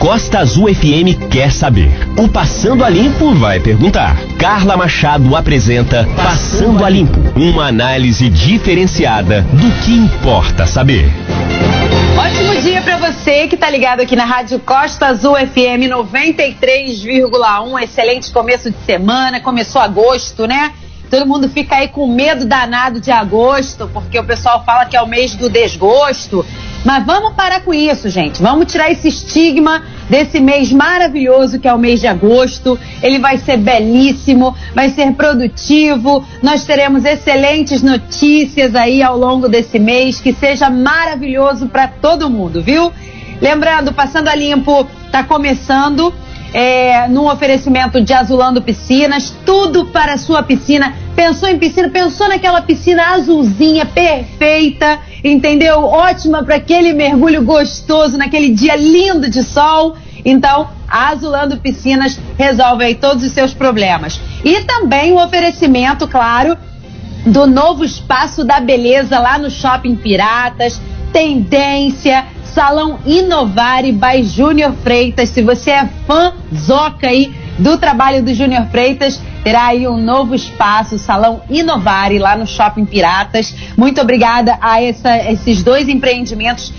Costa Azul FM quer saber. O Passando a Limpo vai perguntar. Carla Machado apresenta Passando a Limpo, uma análise diferenciada do que importa saber. Ótimo dia pra você que tá ligado aqui na Rádio Costa Azul FM 93,1. Excelente começo de semana, começou agosto, né? Todo mundo fica aí com medo danado de agosto, porque o pessoal fala que é o mês do desgosto. Mas vamos parar com isso, gente. Vamos tirar esse estigma desse mês maravilhoso que é o mês de agosto. Ele vai ser belíssimo, vai ser produtivo. Nós teremos excelentes notícias aí ao longo desse mês. Que seja maravilhoso para todo mundo, viu? Lembrando, Passando a Limpo tá começando num oferecimento de Azulando Piscinas. Tudo para a sua piscina. Pensou em piscina? Pensou naquela piscina azulzinha, perfeita, entendeu? Ótima para aquele mergulho gostoso, naquele dia lindo de sol. Então, a Azulando Piscinas resolve aí todos os seus problemas. E também o oferecimento, claro, do novo Espaço da Beleza lá no Shopping Piratas. Tendência, Salão Inovare by Júnior Freitas. Se você é fãzoca aí do trabalho do Júnior Freitas, terá aí um novo espaço, Salão Inovare, lá no Shopping Piratas. Muito obrigada a esses dois empreendimentos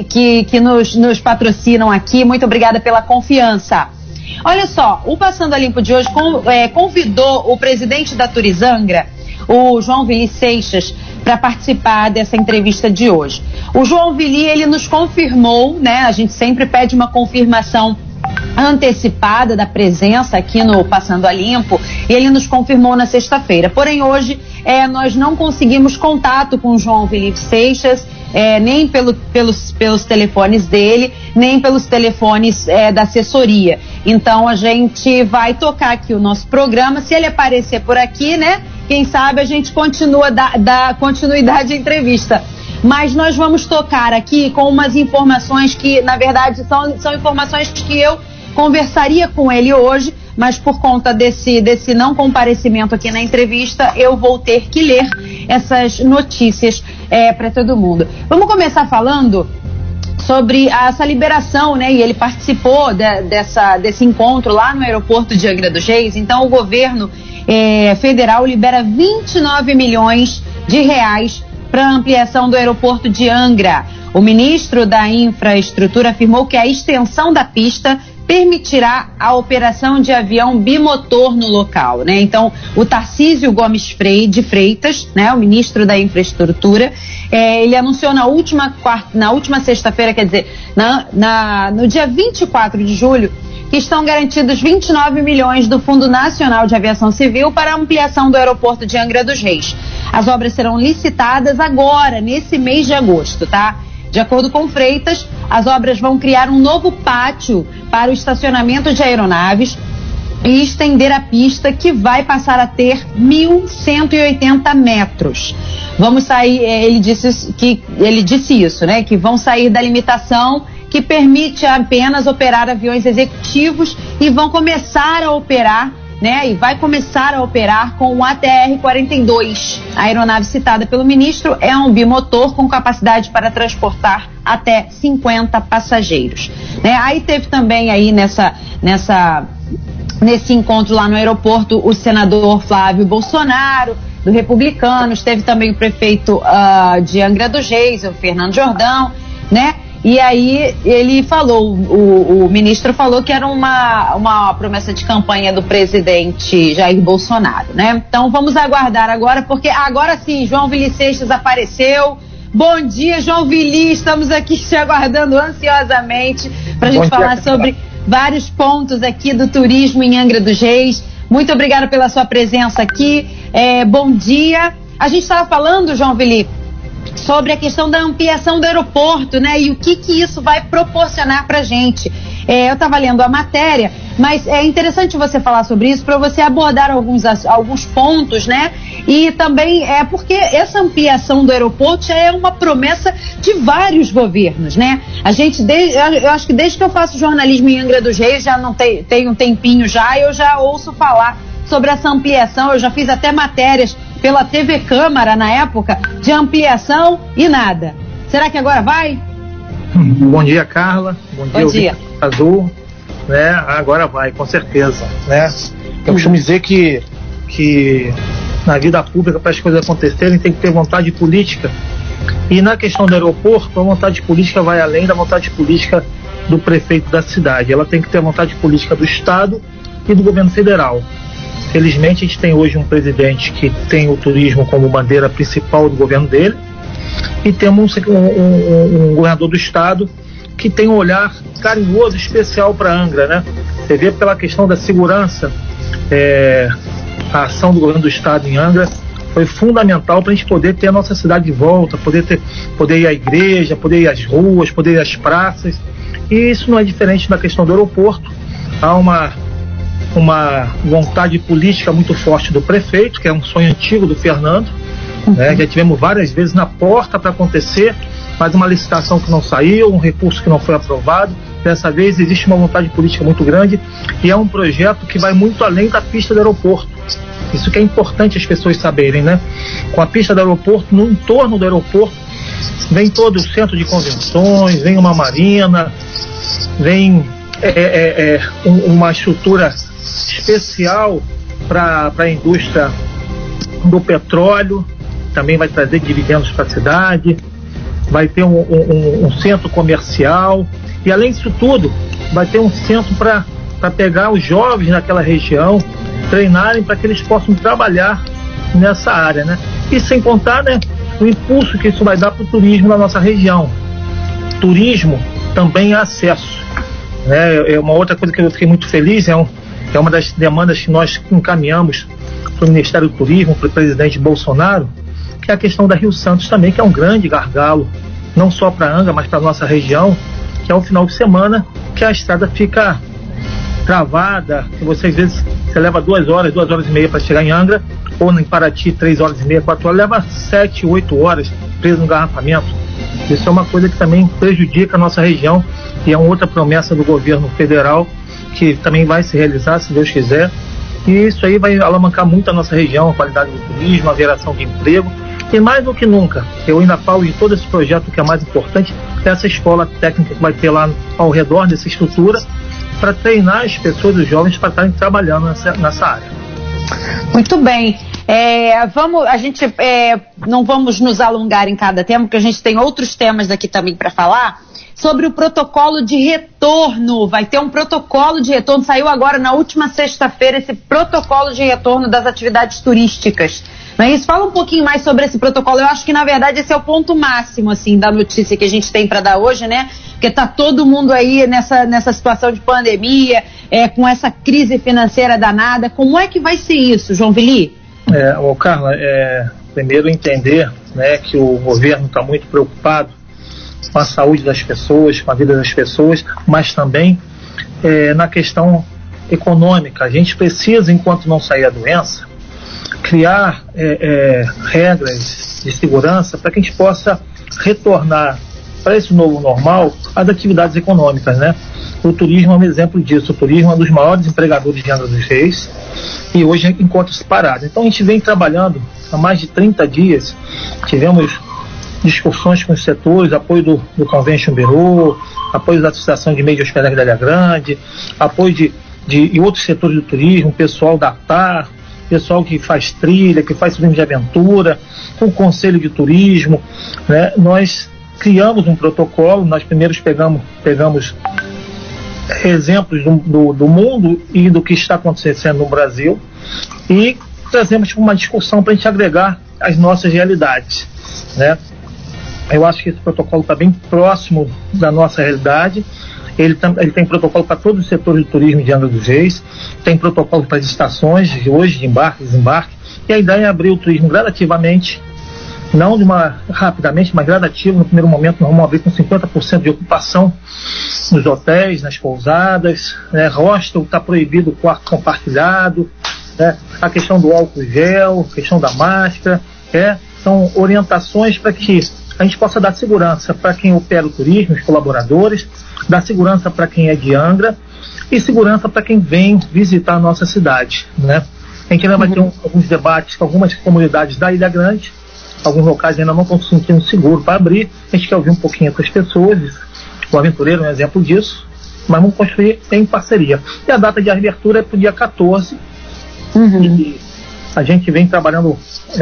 que nos patrocinam aqui. Muito obrigada pela confiança. Olha só, o Passando a Limpo de hoje convidou o presidente da Turizangra, o João Vili Seixas, para participar dessa entrevista de hoje. O João Vili, ele nos confirmou, né? A gente sempre pede uma confirmação antecipada da presença aqui no Passando a Limpo, e ele nos confirmou na sexta-feira. Porém, hoje nós não conseguimos contato com o João Vili Seixas, nem pelos telefones dele, nem pelos telefones da assessoria. Então, a gente vai tocar aqui o nosso programa. Se ele aparecer por aqui, né? Quem sabe a gente continua da continuidade à entrevista. Mas nós vamos tocar aqui com umas informações que, na verdade, são informações que eu conversaria com ele hoje, mas por conta desse não comparecimento aqui na entrevista, eu vou ter que ler essas notícias para todo mundo. Vamos começar falando sobre essa liberação, né? E ele participou desse encontro lá no aeroporto de Angra dos Reis. Então, o governo federal libera 29 milhões de reais para a ampliação do aeroporto de Angra. O ministro da Infraestrutura afirmou que a extensão da pista permitirá a operação de avião bimotor no local, né? Então, o Tarcísio Gomes de Freitas, né, o ministro da Infraestrutura, ele anunciou na última sexta-feira, quer dizer, no dia 24 de julho, que estão garantidos 29 milhões do Fundo Nacional de Aviação Civil para a ampliação do aeroporto de Angra dos Reis. As obras serão licitadas agora, nesse mês de agosto, tá? De acordo com Freitas, as obras vão criar um novo pátio para o estacionamento de aeronaves e estender a pista, que vai passar a ter 1.180 metros. Vamos sair, ele disse isso, né? Que vão sair da limitação que permite apenas operar aviões executivos e vão começar a operar, né? E vai começar a operar com o ATR-42. A aeronave citada pelo ministro é um bimotor com capacidade para transportar até 50 passageiros, né? Aí teve também aí nesse encontro lá no aeroporto o senador Flávio Bolsonaro, do Republicanos, teve também o prefeito de Angra dos Reis, o Fernando Jordão, né? E aí ele falou, o ministro falou que era uma promessa de campanha do presidente Jair Bolsonaro, né? Então vamos aguardar agora, porque agora sim, João Vili Seixas apareceu. Bom dia, João Vili, estamos aqui te aguardando ansiosamente para a gente falar sobre vários pontos aqui do turismo em Angra dos Reis. Muito obrigada pela sua presença aqui. Bom dia. A gente estava falando, João Vili, sobre a questão da ampliação do aeroporto, né? E o que isso vai proporcionar pra gente. Eu estava lendo a matéria, mas é interessante você falar sobre isso para você abordar alguns pontos, né? E também porque essa ampliação do aeroporto já é uma promessa de vários governos, né? Eu acho que desde que eu faço jornalismo em Angra dos Reis, já não tem um tempinho já, eu já ouço falar sobre essa ampliação. Eu já fiz até matérias pela TV Câmara na época de ampliação e nada. Será que agora vai? Bom dia, Carla. Bom dia. Azul, né? Agora vai, com certeza, né? Eu costumo dizer que na vida pública, para as coisas acontecerem, tem que ter vontade política. E na questão do aeroporto, a vontade política vai além da vontade política do prefeito da cidade. Ela tem que ter a vontade política do Estado e do governo federal. Felizmente, a gente tem hoje um presidente que tem o turismo como bandeira principal do governo dele, e temos um governador do Estado que tem um olhar carinhoso, especial para Angra, né? Você vê pela questão da segurança, a ação do governo do Estado em Angra foi fundamental para a gente poder ter a nossa cidade de volta, poder ir à igreja, poder ir às ruas, poder ir às praças. E isso não é diferente da questão do aeroporto. Há uma vontade política muito forte do prefeito, que é um sonho antigo do Fernando, né? Já tivemos várias vezes na porta para acontecer, mas uma licitação que não saiu, um recurso que não foi aprovado. Dessa vez existe uma vontade política muito grande e é um projeto que vai muito além da pista do aeroporto. Isso que é importante as pessoas saberem, né? Com a pista do aeroporto, no entorno do aeroporto, vem todo o centro de convenções, vem uma marina, vem uma estrutura especial para a indústria do petróleo, também vai trazer dividendos para a cidade, vai ter um centro comercial e, além disso tudo, vai ter um centro para pegar os jovens naquela região, treinarem para que eles possam trabalhar nessa área, né? E sem contar, né, o impulso que isso vai dar para o turismo na nossa região. Turismo também é acesso, né? É uma outra coisa que eu fiquei muito feliz, é uma das demandas que nós encaminhamos para o Ministério do Turismo, para o presidente Bolsonaro, que é a questão da Rio Santos também, que é um grande gargalo, não só para Angra, mas para a nossa região, que é o final de semana que a estrada fica travada, que você às vezes leva 2 horas e meia para chegar em Angra, ou em Paraty 3 horas e meia, 4 horas, leva 7, 8 horas preso no engarrafamento. Isso é uma coisa que também prejudica a nossa região e é uma outra promessa do governo federal que também vai se realizar, se Deus quiser. E isso aí vai alavancar muito a nossa região, a qualidade do turismo, a geração de emprego. E mais do que nunca, eu ainda falo de todo esse projeto que é mais importante, essa escola técnica que vai ter lá ao redor dessa estrutura, para treinar as pessoas, os jovens, para estarem trabalhando nessa área. Muito bem. Não vamos nos alongar em cada tema, porque a gente tem outros temas aqui também para falar. Sobre o protocolo de retorno, vai ter um protocolo de retorno, saiu agora na última sexta-feira esse protocolo de retorno das atividades turísticas. Não é isso? Fala um pouquinho mais sobre esse protocolo. Eu acho que, na verdade, esse é o ponto máximo, assim, da notícia que a gente tem para dar hoje, né? Porque tá todo mundo aí nessa situação de pandemia, com essa crise financeira danada. Como é que vai ser isso, João Vili? Carla, primeiro entender, né, que o governo está muito preocupado com a saúde das pessoas, com a vida das pessoas, mas também na questão econômica. A gente precisa, enquanto não sair a doença, criar regras de segurança para que a gente possa retornar para esse novo normal as atividades econômicas, né? O turismo é um exemplo disso. O turismo é um dos maiores empregadores de Angra dos Reis e hoje encontra-se parado. Então a gente vem trabalhando há mais de 30 dias, tivemos discussões com os setores, apoio do Convention Bureau, apoio da Associação de Meios de Hospedagem da Ilha Grande, apoio de outros setores do turismo, pessoal da TAR, pessoal que faz trilha, que faz turismo de aventura, com o Conselho de Turismo, né? Nós criamos um protocolo, nós primeiros pegamos exemplos do mundo e do que está acontecendo no Brasil e trazemos uma discussão para a gente agregar as nossas realidades, né? Eu acho que esse protocolo está bem próximo da nossa realidade. Ele tem protocolo para todos os setores do turismo de Angra dos Reis, tem protocolo para as estações de hoje, de embarque, desembarque, e a ideia é abrir o turismo gradativamente, não rapidamente, mas gradativo. No primeiro momento nós vamos abrir com 50% de ocupação nos hotéis, nas pousadas, né? Hostel está proibido, o quarto compartilhado, né? A questão do álcool gel, a questão da máscara, são orientações para que a gente possa dar segurança para quem opera o turismo, os colaboradores, dar segurança para quem é de Angra e segurança para quem vem visitar a nossa cidade, né? A gente ainda vai ter alguns debates com algumas comunidades da Ilha Grande, alguns locais ainda não estão se sentindo seguros para abrir. A gente quer ouvir um pouquinho essas pessoas, O Aventureiro é um exemplo disso, mas vamos construir em parceria. E a data de abertura é para o dia 14, e a gente vem trabalhando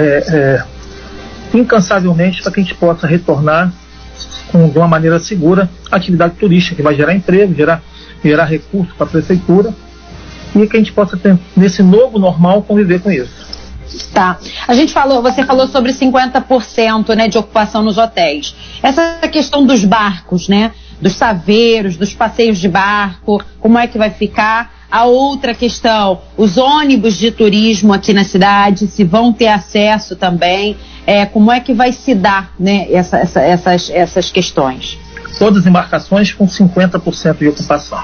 incansavelmente para que a gente possa retornar de uma maneira segura a atividade turística, que vai gerar emprego, gerar recursos para a prefeitura, e que a gente possa ter, nesse novo normal, conviver com isso. Tá. Você falou sobre 50%, né, de ocupação nos hotéis. Essa questão dos barcos, né, dos saveiros, dos passeios de barco, como é que vai ficar? A outra questão, os ônibus de turismo aqui na cidade, se vão ter acesso também, como é que vai se dar, né, essas questões? Todas as embarcações com 50% de ocupação.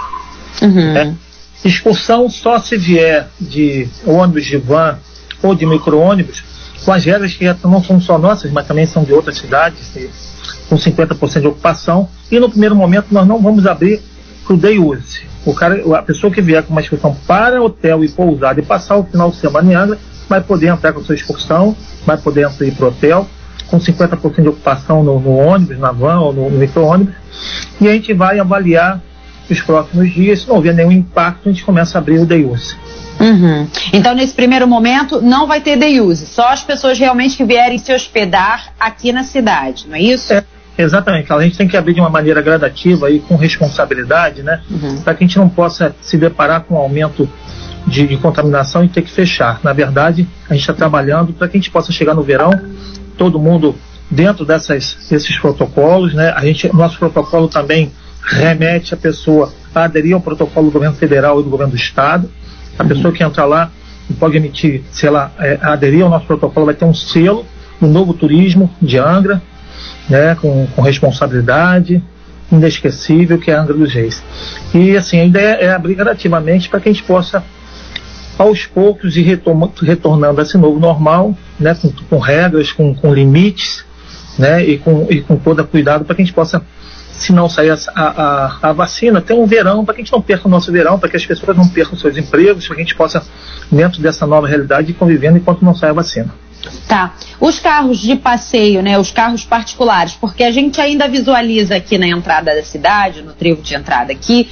Excursão só se vier de ônibus de van ou de micro-ônibus, com as regras que não são só nossas, mas também são de outras cidades, com 50% de ocupação. E no primeiro momento nós não vamos abrir para o day use. A pessoa que vier com uma excursão para hotel e pousada e passar o final de semana em Angra, vai poder entrar com a sua excursão, vai poder ir para o hotel, com 50% de ocupação no ônibus, na van ou no micro-ônibus. E a gente vai avaliar os próximos dias. Se não houver nenhum impacto, a gente começa a abrir o day use. Então, nesse primeiro momento, não vai ter day use, só as pessoas realmente que vierem se hospedar aqui na cidade, não é isso? Exatamente, a gente tem que abrir de uma maneira gradativa e com responsabilidade, né? Para que a gente não possa se deparar com um aumento de contaminação e ter que fechar. Na verdade, a gente está trabalhando para que a gente possa chegar no verão, todo mundo dentro desses protocolos, né? Nosso protocolo também remete a pessoa a aderir ao protocolo do governo federal e do governo do estado. A pessoa que entrar lá pode emitir, se ela aderir ao nosso protocolo, vai ter um selo do Novo Turismo de Angra, né, com responsabilidade inesquecível, que é a Angra dos Reis. E assim, a ideia é abrir gradativamente para que a gente possa, aos poucos, ir retornando a esse novo normal, né, com regras, com limites, né, e com todo cuidado, para que a gente possa, se não sair a vacina, ter um verão, para que a gente não perca o nosso verão, para que as pessoas não percam seus empregos, para que a gente possa, dentro dessa nova realidade, ir convivendo enquanto não sai a vacina. Tá. Os carros de passeio, né, os carros particulares, porque a gente ainda visualiza aqui na entrada da cidade, no trevo de entrada aqui,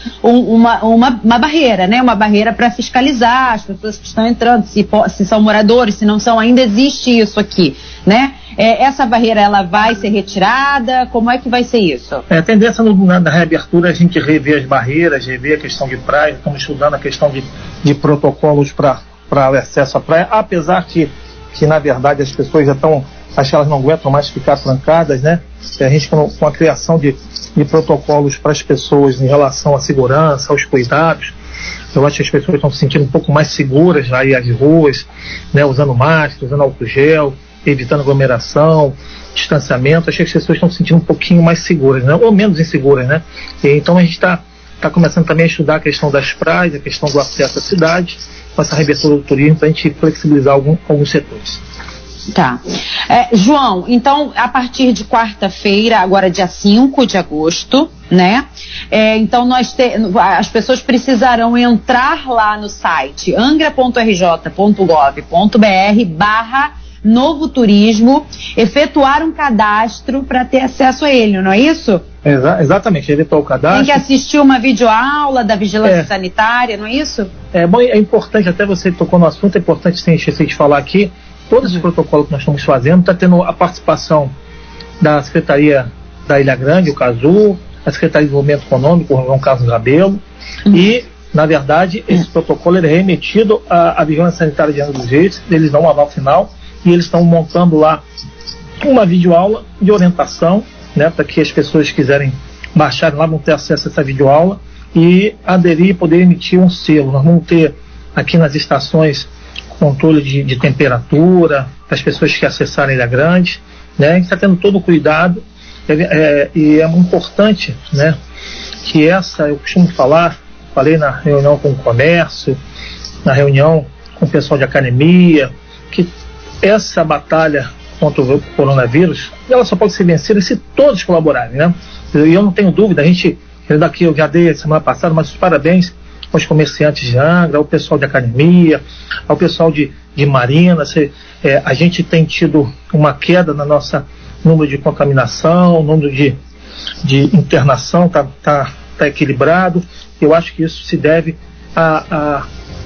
uma barreira, né, uma barreira para fiscalizar as pessoas que estão entrando, se são moradores, se não são, ainda existe isso aqui, né? Essa barreira, ela vai ser retirada? Como é que vai ser isso? A tendência na reabertura é a gente rever as barreiras, rever a questão de praia. Estamos estudando a questão de protocolos para acesso à praia, apesar que na verdade as pessoas já estão, acho que elas não aguentam mais ficar trancadas, né? A gente com a criação de protocolos para as pessoas em relação à segurança, aos cuidados, eu acho que as pessoas estão se sentindo um pouco mais seguras aí às ruas, né? Usando máscara, usando álcool gel, evitando aglomeração, distanciamento. Acho que as pessoas estão se sentindo um pouquinho mais seguras, né? Ou menos inseguras, né? E então a gente está começando também a estudar a questão das praias, a questão do acesso à cidade, com essa reabertura do turismo, para a gente flexibilizar alguns setores. Tá. João, então, a partir de quarta-feira, agora dia 5 de agosto, né? Então, as pessoas precisarão entrar lá no site angra.rj.gov.br/Novo Turismo, efetuar um cadastro para ter acesso a ele, não é isso? Exatamente, efetuar o cadastro. Tem que assistir uma videoaula da vigilância sanitária, não é isso? Bom, é importante, até você tocou no assunto, é importante, sem esquecer de falar aqui, todo esse protocolo que nós estamos fazendo está tendo a participação da Secretaria da Ilha Grande, o CASU, a Secretaria de Desenvolvimento Econômico, o João Carlos Rabelo, e, na verdade, esse protocolo ele é remetido à Vigilância Sanitária de Angra dos Reis, eles dão um aval final, e eles estão montando lá uma videoaula de orientação, né, para que as pessoas que quiserem baixarem lá vão ter acesso a essa videoaula e aderir e poder emitir um selo. Nós vamos ter aqui nas estações controle de temperatura das pessoas que acessarem Ilha Grande, né? A gente está tendo todo o cuidado e é muito importante, né, que eu costumo falei na reunião com o comércio, na reunião com o pessoal de academia, que essa batalha contra o coronavírus, ela só pode ser vencida se todos colaborarem, né? E eu não tenho dúvida, eu já dei semana passada, mas os parabéns aos comerciantes de Angra, ao pessoal de academia, ao pessoal de marina. A gente tem tido uma queda na nossa número de contaminação, número de internação está equilibrado. Eu acho que isso se deve à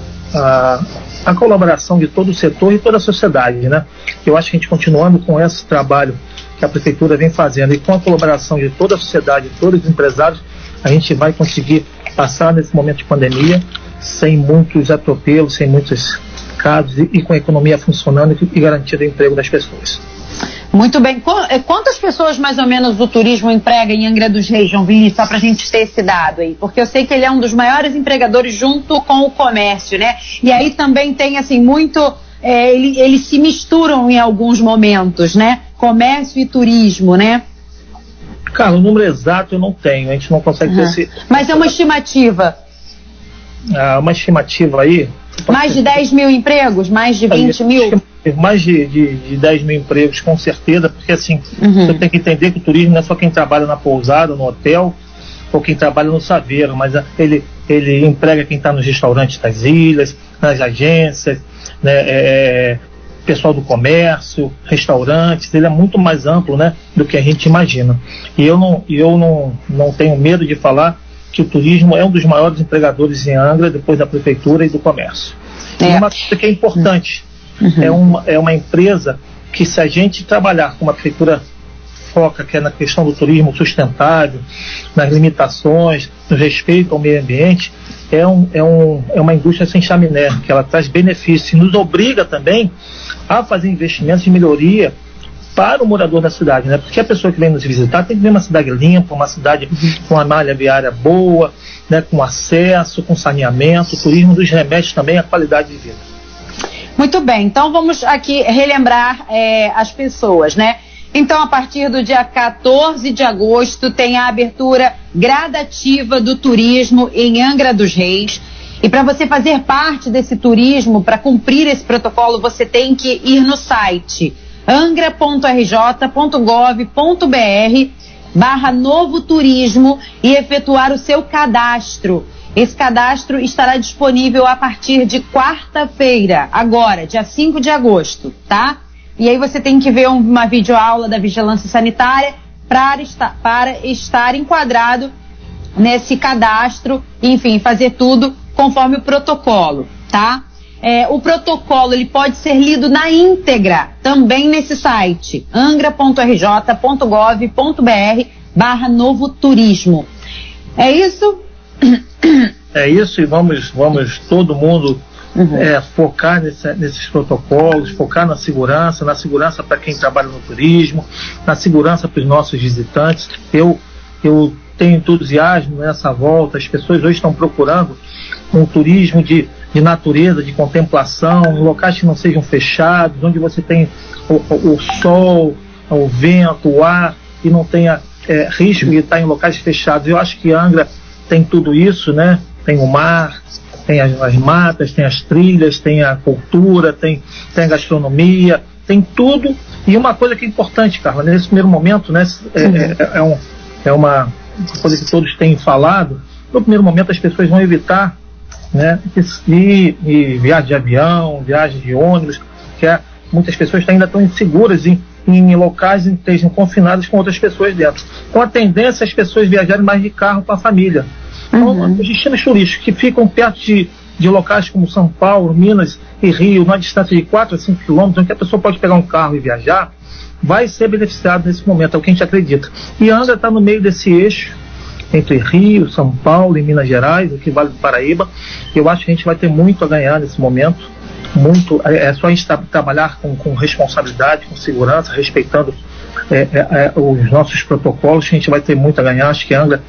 colaboração de todo o setor e toda a sociedade, né? Eu acho que a gente, continuando com esse trabalho que a Prefeitura vem fazendo e com a colaboração de toda a sociedade, de todos os empresários, a gente vai conseguir passar nesse momento de pandemia sem muitos atropelos, sem muitos casos e com a economia funcionando e garantindo o emprego das pessoas. Muito bem. Quantas pessoas mais ou menos o turismo emprega em Angra dos Reis, João Vili, só para a gente ter esse dado aí? Porque eu sei que ele é um dos maiores empregadores junto com o comércio, né? E aí também tem, assim, muito... eles se misturam em alguns momentos, né? Comércio e turismo, né? Cara, o número exato eu não tenho, a gente não consegue ter esse... Mas é uma estimativa. Uma estimativa aí... Mais de 10 mil empregos? Mais de 20 mil? Mais de 10 mil empregos, com certeza, porque assim, você tem que entender que o turismo não é só quem trabalha na pousada, no hotel, ou quem trabalha no saveiro, mas ele emprega quem está nos restaurantes das ilhas, nas agências, né, pessoal do comércio, restaurantes. Ele é muito mais amplo, né, do que a gente imagina. E eu não tenho medo de falar que o turismo é um dos maiores empregadores em Angra, depois da prefeitura e do comércio. E uma coisa que é importante, é uma empresa que, se a gente trabalhar com uma prefeitura foca, que é na questão do turismo sustentável, nas limitações, no respeito ao meio ambiente, é uma indústria sem chaminé, que ela traz benefícios e nos obriga também a fazer investimentos de melhoria para o morador da cidade, né? Porque a pessoa que vem nos visitar tem que ver uma cidade limpa, uma cidade com uma malha viária boa, né? Com acesso, com saneamento. O turismo nos remete também à qualidade de vida. Muito bem, então vamos aqui relembrar as pessoas, né? Então, a partir do dia 14 de agosto tem a abertura gradativa do turismo em Angra dos Reis. E para você fazer parte desse turismo, para cumprir esse protocolo, você tem que ir no site angra.rj.gov.br/novo turismo e efetuar o seu cadastro. Esse cadastro estará disponível a partir de quarta-feira, agora, dia 5 de agosto, tá? E aí você tem que ver uma videoaula da Vigilância Sanitária para estar enquadrado nesse cadastro, enfim, fazer tudo conforme o protocolo, tá? O protocolo ele pode ser lido na íntegra também nesse site, angra.rj.gov.br/novo turismo. É isso? É isso, e vamos todo mundo focar nesses protocolos, focar na segurança para quem trabalha no turismo, na segurança para os nossos visitantes. Eu tenho entusiasmo nessa volta. As pessoas hoje estão procurando um turismo de natureza, de contemplação, locais que não sejam fechados, onde você tem o sol, o vento, o ar, e não tenha risco de estar em locais fechados. Eu acho que Angra tem tudo isso, né? Tem o mar, tem as matas, tem as trilhas, tem a cultura, tem a gastronomia, tem tudo. E uma coisa que é importante, Carla, nesse primeiro momento, né, é uma coisa que todos têm falado. No primeiro momento as pessoas vão evitar, né, e viagem de avião, viagem de ônibus, que muitas pessoas ainda estão inseguras em locais em que estejam confinadas com outras pessoas dentro. Com a tendência as pessoas viajarem mais de carro com a família. Então, os destinos turísticos que ficam perto de locais como São Paulo, Minas e Rio, numa distância de 4 a 5 quilômetros, onde a pessoa pode pegar um carro e viajar, vai ser beneficiado nesse momento, é o que a gente acredita. E Angra está no meio desse eixo, entre Rio, São Paulo e Minas Gerais, aqui Vale do Paraíba. Eu acho que a gente vai ter muito a ganhar nesse momento. É só a gente trabalhar com responsabilidade, com segurança, respeitando os nossos protocolos, que a gente vai ter muito a ganhar. Acho que Angra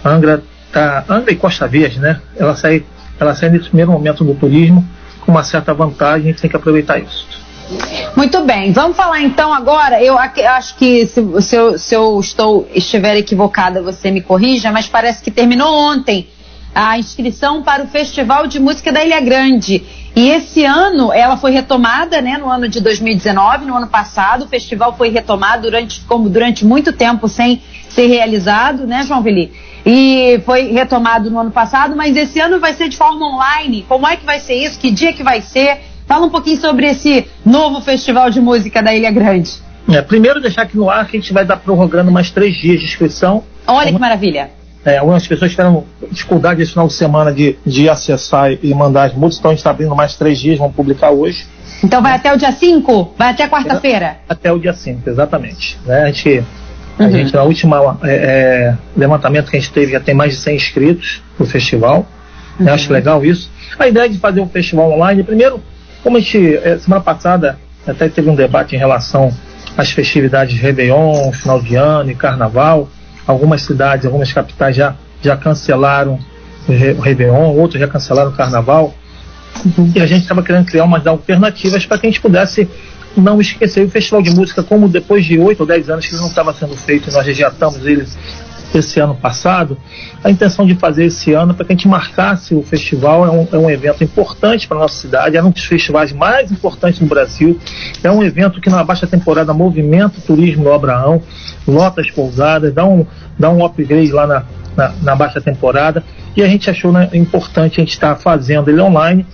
e Costa Verde, né? Ela sai nesse primeiro momento do turismo com uma certa vantagem, a gente tem que aproveitar isso. Muito bem, vamos falar então agora. Eu acho que se eu estiver equivocada, você me corrija, mas parece que terminou ontem a inscrição para o Festival de Música da Ilha Grande. E esse ano ela foi retomada, né, no ano de 2019, no ano passado. O festival foi retomado durante muito tempo sem ser realizado, né, João Vili? E foi retomado no ano passado, mas esse ano vai ser de forma online. Como é que vai ser isso? Que dia que vai ser? Fala um pouquinho sobre esse novo Festival de Música da Ilha Grande. Primeiro deixar aqui no ar que a gente vai dar prorrogando mais 3 dias de inscrição. Olha que maravilha. Algumas pessoas tiveram dificuldade esse final de semana de acessar e mandar as músicas, então a gente está abrindo mais 3 dias, vamos publicar hoje. Então vai até o dia 5? Vai até quarta-feira? Até o dia 5, exatamente. A gente, na última levantamento que a gente teve, já tem mais de 100 inscritos no festival. Eu acho legal isso. A ideia de fazer um festival online, primeiro, como a gente, semana passada, até teve um debate em relação às festividades de Réveillon, final de ano e Carnaval. Algumas cidades, algumas capitais já cancelaram o Réveillon, outros já cancelaram o Carnaval. E a gente estava querendo criar umas alternativas para que a gente pudesse não esquecer o Festival de Música, como depois de 8 ou 10 anos que ele não estava sendo feito, nós rejeitamos ele esse ano passado. A intenção de fazer esse ano para que a gente marcasse o festival. É um evento importante para a nossa cidade, é um dos festivais mais importantes no Brasil, é um evento que na baixa temporada movimenta o turismo no Abraão, lota as pousadas, dá um upgrade lá na baixa temporada, e a gente achou importante a gente estar fazendo ele online,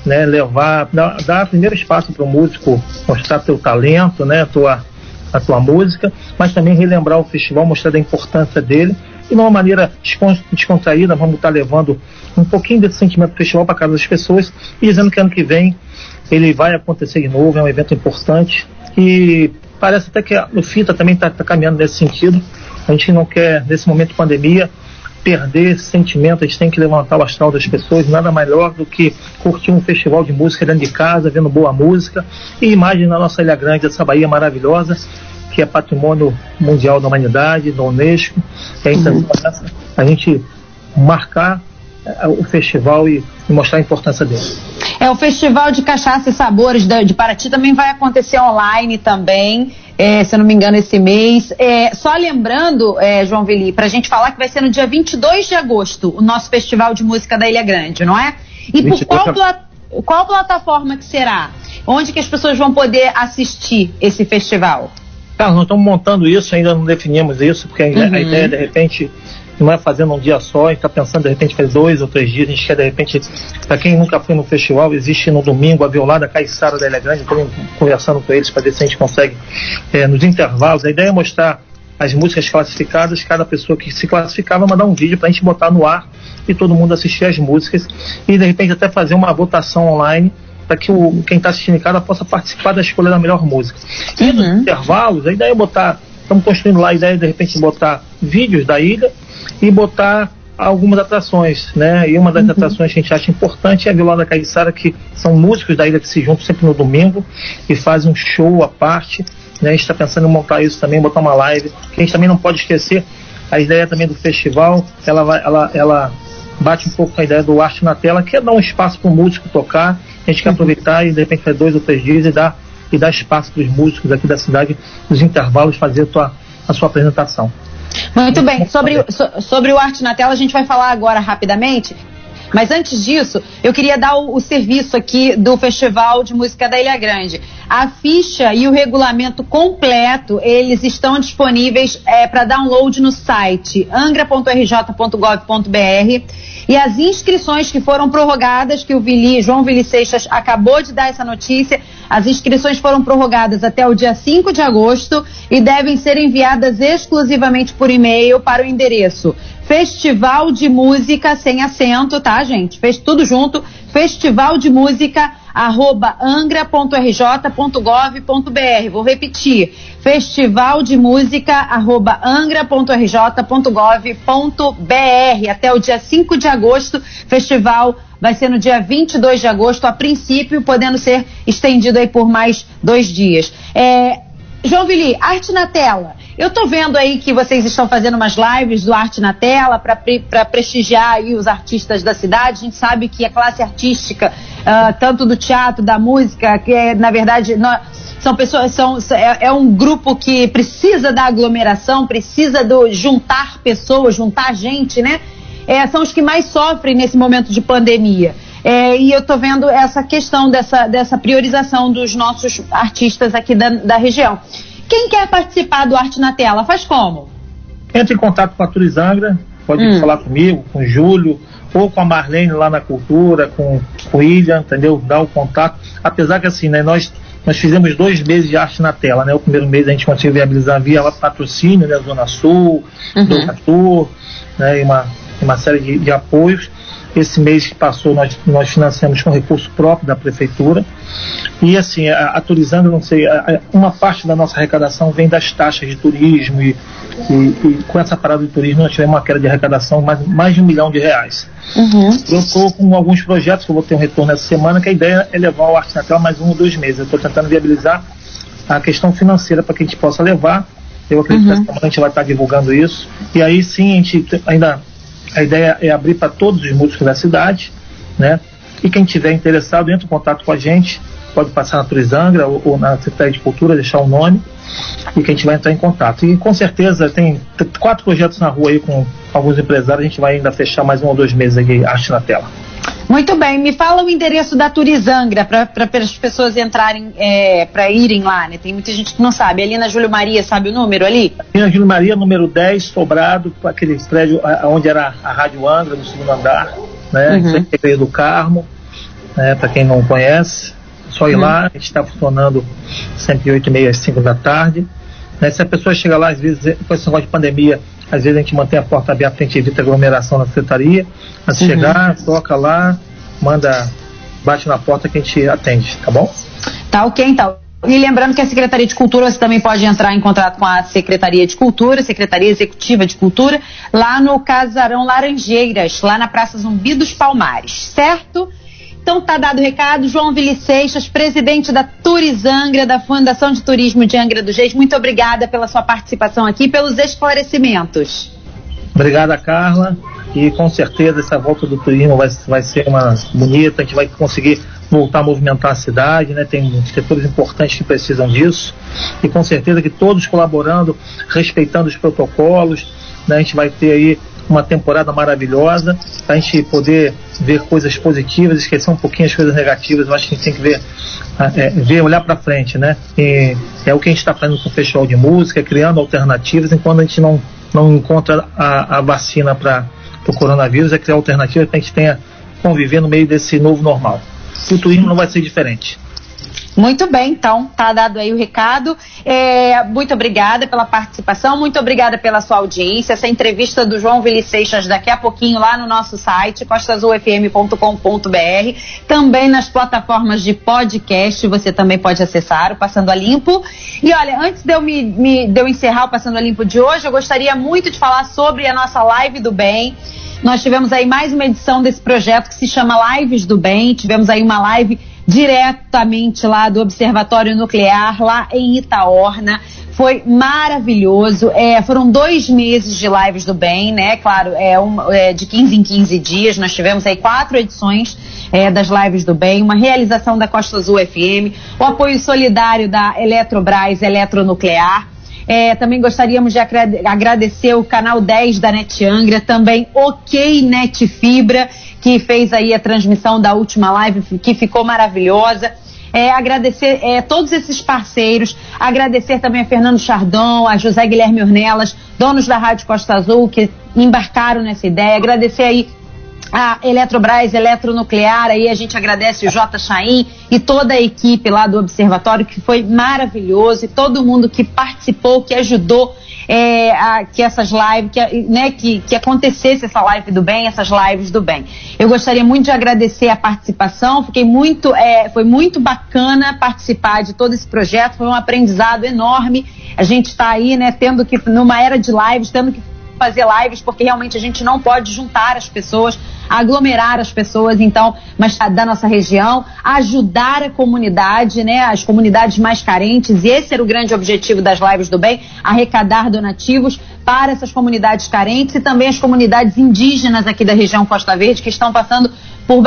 dar primeiro espaço para o músico mostrar teu talento, a tua música, mas também relembrar o festival, mostrar a importância dele, e de uma maneira descontraída vamos estar levando um pouquinho desse sentimento do festival para casa das pessoas, e dizendo que ano que vem ele vai acontecer de novo. É um evento importante, e parece até que o FITA também está caminhando nesse sentido. A gente não quer, nesse momento de pandemia, perder esse sentimento. A gente tem que levantar o astral das pessoas. Nada melhor do que curtir um festival de música dentro de casa, vendo boa música, e imagem na nossa Ilha Grande, essa Bahia maravilhosa, que é patrimônio mundial da humanidade, da Unesco. Então, a gente marcar o festival e mostrar a importância dele. O Festival de Cachaça e Sabores de Paraty também vai acontecer online também, se eu não me engano, esse mês. Só lembrando, João Vili, para a gente falar que vai ser no dia 22 de agosto, o nosso Festival de Música da Ilha Grande, não é? E por qual plataforma que será? Onde que as pessoas vão poder assistir esse festival? Carlos, nós estamos montando isso, ainda não definimos isso, porque a ideia, de repente, não é fazendo um dia só. A gente está pensando, de repente, fazer 2 ou 3 dias. A gente quer, de repente, para quem nunca foi no festival, existe no domingo a Violada Caiçara da Ilha Grande. Estou conversando com eles para ver se a gente consegue, nos intervalos. A ideia é mostrar as músicas classificadas, cada pessoa que se classificar vai mandar um vídeo para a gente botar no ar e todo mundo assistir as músicas, e de repente até fazer uma votação online para que quem está assistindo em casa possa participar da escolha da melhor música. E nos intervalos, a ideia é botar, estamos construindo lá a ideia de repente botar vídeos da ilha e botar algumas atrações, E uma das atrações que a gente acha importante é a Violada Caiçara, que são músicos da ilha que se juntam sempre no domingo e fazem um show à parte, A gente está pensando em montar isso também, botar uma live, que a gente também não pode esquecer. A ideia também do festival, ela bate um pouco com a ideia do Arte na Tela, que é dar um espaço para o músico tocar. A gente quer aproveitar e de repente fazer 2 ou 3 dias e dar espaço para os músicos aqui da cidade, nos intervalos, fazer a sua apresentação. Muito bem. Sobre o Arte na Tela a gente vai falar agora rapidamente, mas antes disso eu queria dar o serviço aqui do Festival de Música da Ilha Grande. A ficha e o regulamento completo, eles estão disponíveis para download no site angra.rj.gov.br, e as inscrições que foram prorrogadas, que o João Vili Seixas acabou de dar essa notícia, as inscrições foram prorrogadas até o dia 5 de agosto e devem ser enviadas exclusivamente por e-mail para o endereço Festival de Música, sem acento, tá, gente? Fez tudo junto, festivaldemusica@angra.rj.gov.br. Vou repetir, festivaldemusica@angra.rj.gov.br. Até o dia 5 de agosto, festival vai ser no dia 22 de agosto, a princípio, podendo ser estendido aí por mais 2 dias. João Vili, Arte na Tela. Eu tô vendo aí que vocês estão fazendo umas lives do Arte na Tela para prestigiar aí os artistas da cidade. A gente sabe que a classe artística, tanto do teatro, da música, que na verdade são pessoas, é um grupo que precisa da aglomeração, precisa juntar pessoas, juntar gente, são os que mais sofrem nesse momento de pandemia. E eu estou vendo essa questão dessa priorização dos nossos artistas aqui da região. Quem quer participar do Arte na Tela, faz como? Entre em contato com a Turis Angra, pode falar comigo, com o Júlio, ou com a Marlene lá na Cultura, com o William, entendeu? Dá o contato. Apesar que assim, nós nós fizemos 2 meses de arte na tela, né? O primeiro mês a gente conseguiu viabilizar via patrocínio, né? Zona Sul, Donatur, né? E uma série de apoios. Esse mês que passou nós financiamos com recurso próprio da prefeitura. E assim, a Turizanga, não sei, uma parte da nossa arrecadação vem das taxas de turismo e com essa parada de turismo nós tivemos uma queda de arrecadação mais de R$1 milhão. Eu estou com alguns projetos que eu vou ter um retorno essa semana, que a ideia é levar o Arte na Tela mais 1 ou 2 meses. Eu estou tentando viabilizar a questão financeira para que a gente possa levar. Eu acredito que essa semana a gente vai estar divulgando isso. E aí sim, a ideia é abrir para todos os músicos da cidade, né? E quem tiver interessado, entra em contato com a gente, pode passar na Turizanga ou na Secretaria de Cultura, deixar o nome, e que a gente vai entrar em contato. E com certeza tem 4 projetos na rua aí com alguns empresários, a gente vai ainda fechar mais 1 ou 2 meses aqui, Arte na Tela. Muito bem, me fala o endereço da Turizanga para as pessoas entrarem, para irem lá, né? Tem muita gente que não sabe. Ali na Júlio Maria, sabe o número ali? Ali na Júlio Maria, número 10, Sobrado, aquele prédio onde era a Rádio Angra, no 2º andar, né? Em frente à Igreja do Carmo, né? Para quem não conhece, só ir lá. A gente está funcionando sempre 8h30 às 5 da tarde. Né? Se a pessoa chega lá, às vezes, com esse negócio de pandemia, às vezes a gente mantém a porta aberta, a gente evita aglomeração na secretaria. Mas se chegar, toca lá, bate na porta que a gente atende, tá bom? Tá ok, então. E lembrando que a Secretaria de Cultura, você também pode entrar em contato com a Secretaria de Cultura, Secretaria Executiva de Cultura, lá no Casarão Laranjeiras, lá na Praça Zumbi dos Palmares, certo? Então tá dado o recado. João Vili Seixas, presidente da Turizanga, da Fundação de Turismo de Angra dos Reis, muito obrigada pela sua participação aqui, pelos esclarecimentos. Obrigada, Carla, e com certeza essa volta do turismo vai ser uma bonita, a gente vai conseguir voltar a movimentar a cidade, né? Tem setores importantes que precisam disso, e com certeza que todos colaborando, respeitando os protocolos, né? A gente vai ter aí uma temporada maravilhosa, para a gente poder ver coisas positivas, esquecer um pouquinho as coisas negativas. Eu acho que a gente tem que ver olhar para frente, né? E é o que a gente está fazendo com o Festival de Música, criando alternativas, enquanto a gente não encontra a vacina para o coronavírus, é criar alternativas para a gente conviver no meio desse novo normal. O turismo não vai ser diferente. Muito bem, então, tá dado aí o recado. Muito obrigada pela participação, muito obrigada pela sua audiência. Essa entrevista do João Vili Seixas daqui a pouquinho lá no nosso site, costazulfm.com.br, também nas plataformas de podcast, você também pode acessar o Passando a Limpo. E olha, antes de eu encerrar o Passando a Limpo de hoje, eu gostaria muito de falar sobre a nossa Live do Bem. Nós tivemos aí mais uma edição desse projeto que se chama Lives do Bem. Tivemos aí uma live diretamente lá do Observatório Nuclear, lá em Itaorna. Foi maravilhoso. Foram 2 meses de Lives do Bem, né? Claro, de 15 em 15 dias. Nós tivemos aí 4 edições das Lives do Bem, uma realização da Costa Azul FM, o apoio solidário da Eletrobras Eletronuclear. Também gostaríamos de agradecer o canal 10 da NET Angra, também OK Net Fibra, que fez aí a transmissão da última live, que ficou maravilhosa. Agradecer todos esses parceiros, agradecer também a Fernando Chardon, a José Guilherme Ornelas, donos da Rádio Costa Azul, que embarcaram nessa ideia. Agradecer aí a Eletrobras Eletronuclear, aí a gente agradece o J. Chaim e toda a equipe lá do Observatório, que foi maravilhoso, e todo mundo que participou, que ajudou que essas lives, que acontecesse essa live do bem, essas lives do bem. Eu gostaria muito de agradecer a participação, foi muito bacana participar de todo esse projeto, foi um aprendizado enorme. A gente está aí, né, tendo que, numa era de lives, tendo que fazer lives, porque realmente a gente não pode juntar as pessoas, aglomerar as pessoas, então, mas da nossa região, ajudar a comunidade, né, as comunidades mais carentes, e esse era o grande objetivo das Lives do Bem, arrecadar donativos para essas comunidades carentes e também as comunidades indígenas aqui da região Costa Verde, que estão passando por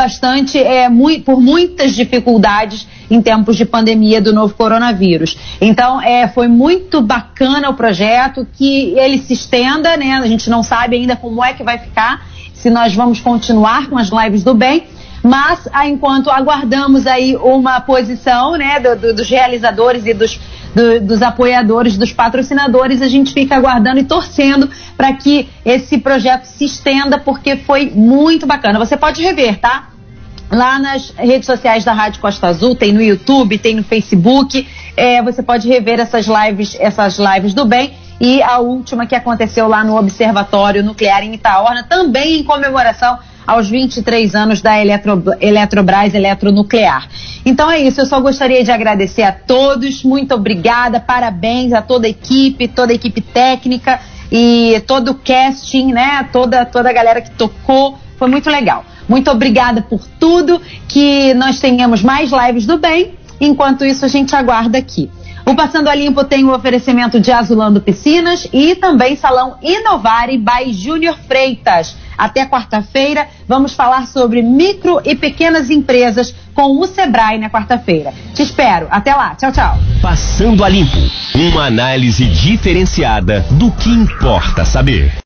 por muitas dificuldades em tempos de pandemia do novo coronavírus. Então, foi muito bacana o projeto, que ele se estenda, né? A gente não sabe ainda como é que vai ficar, se nós vamos continuar com as lives do bem, mas enquanto aguardamos aí uma posição, né, dos realizadores e dos apoiadores, dos patrocinadores, a gente fica aguardando e torcendo para que esse projeto se estenda, porque foi muito bacana. Você pode rever, tá? lá nas redes sociais da Rádio Costa Azul, tem no YouTube, tem no Facebook, você pode rever essas lives do bem, e a última que aconteceu lá no Observatório Nuclear em Itaorna, também em comemoração aos 23 anos da Eletrobras Eletronuclear. Então é isso, eu só gostaria de agradecer a todos, muito obrigada, parabéns a toda a equipe técnica e todo o casting, né, toda a galera que tocou, foi muito legal. Muito obrigada por tudo, que nós tenhamos mais lives do bem, enquanto isso a gente aguarda aqui. O Passando a Limpo tem o oferecimento de Azulando Piscinas e também Salão Inovare by Júnior Freitas. Até quarta-feira, vamos falar sobre micro e pequenas empresas com o Sebrae na quarta-feira. Te espero. Até lá. Tchau, tchau. Passando a Limpo. Uma análise diferenciada do que importa saber.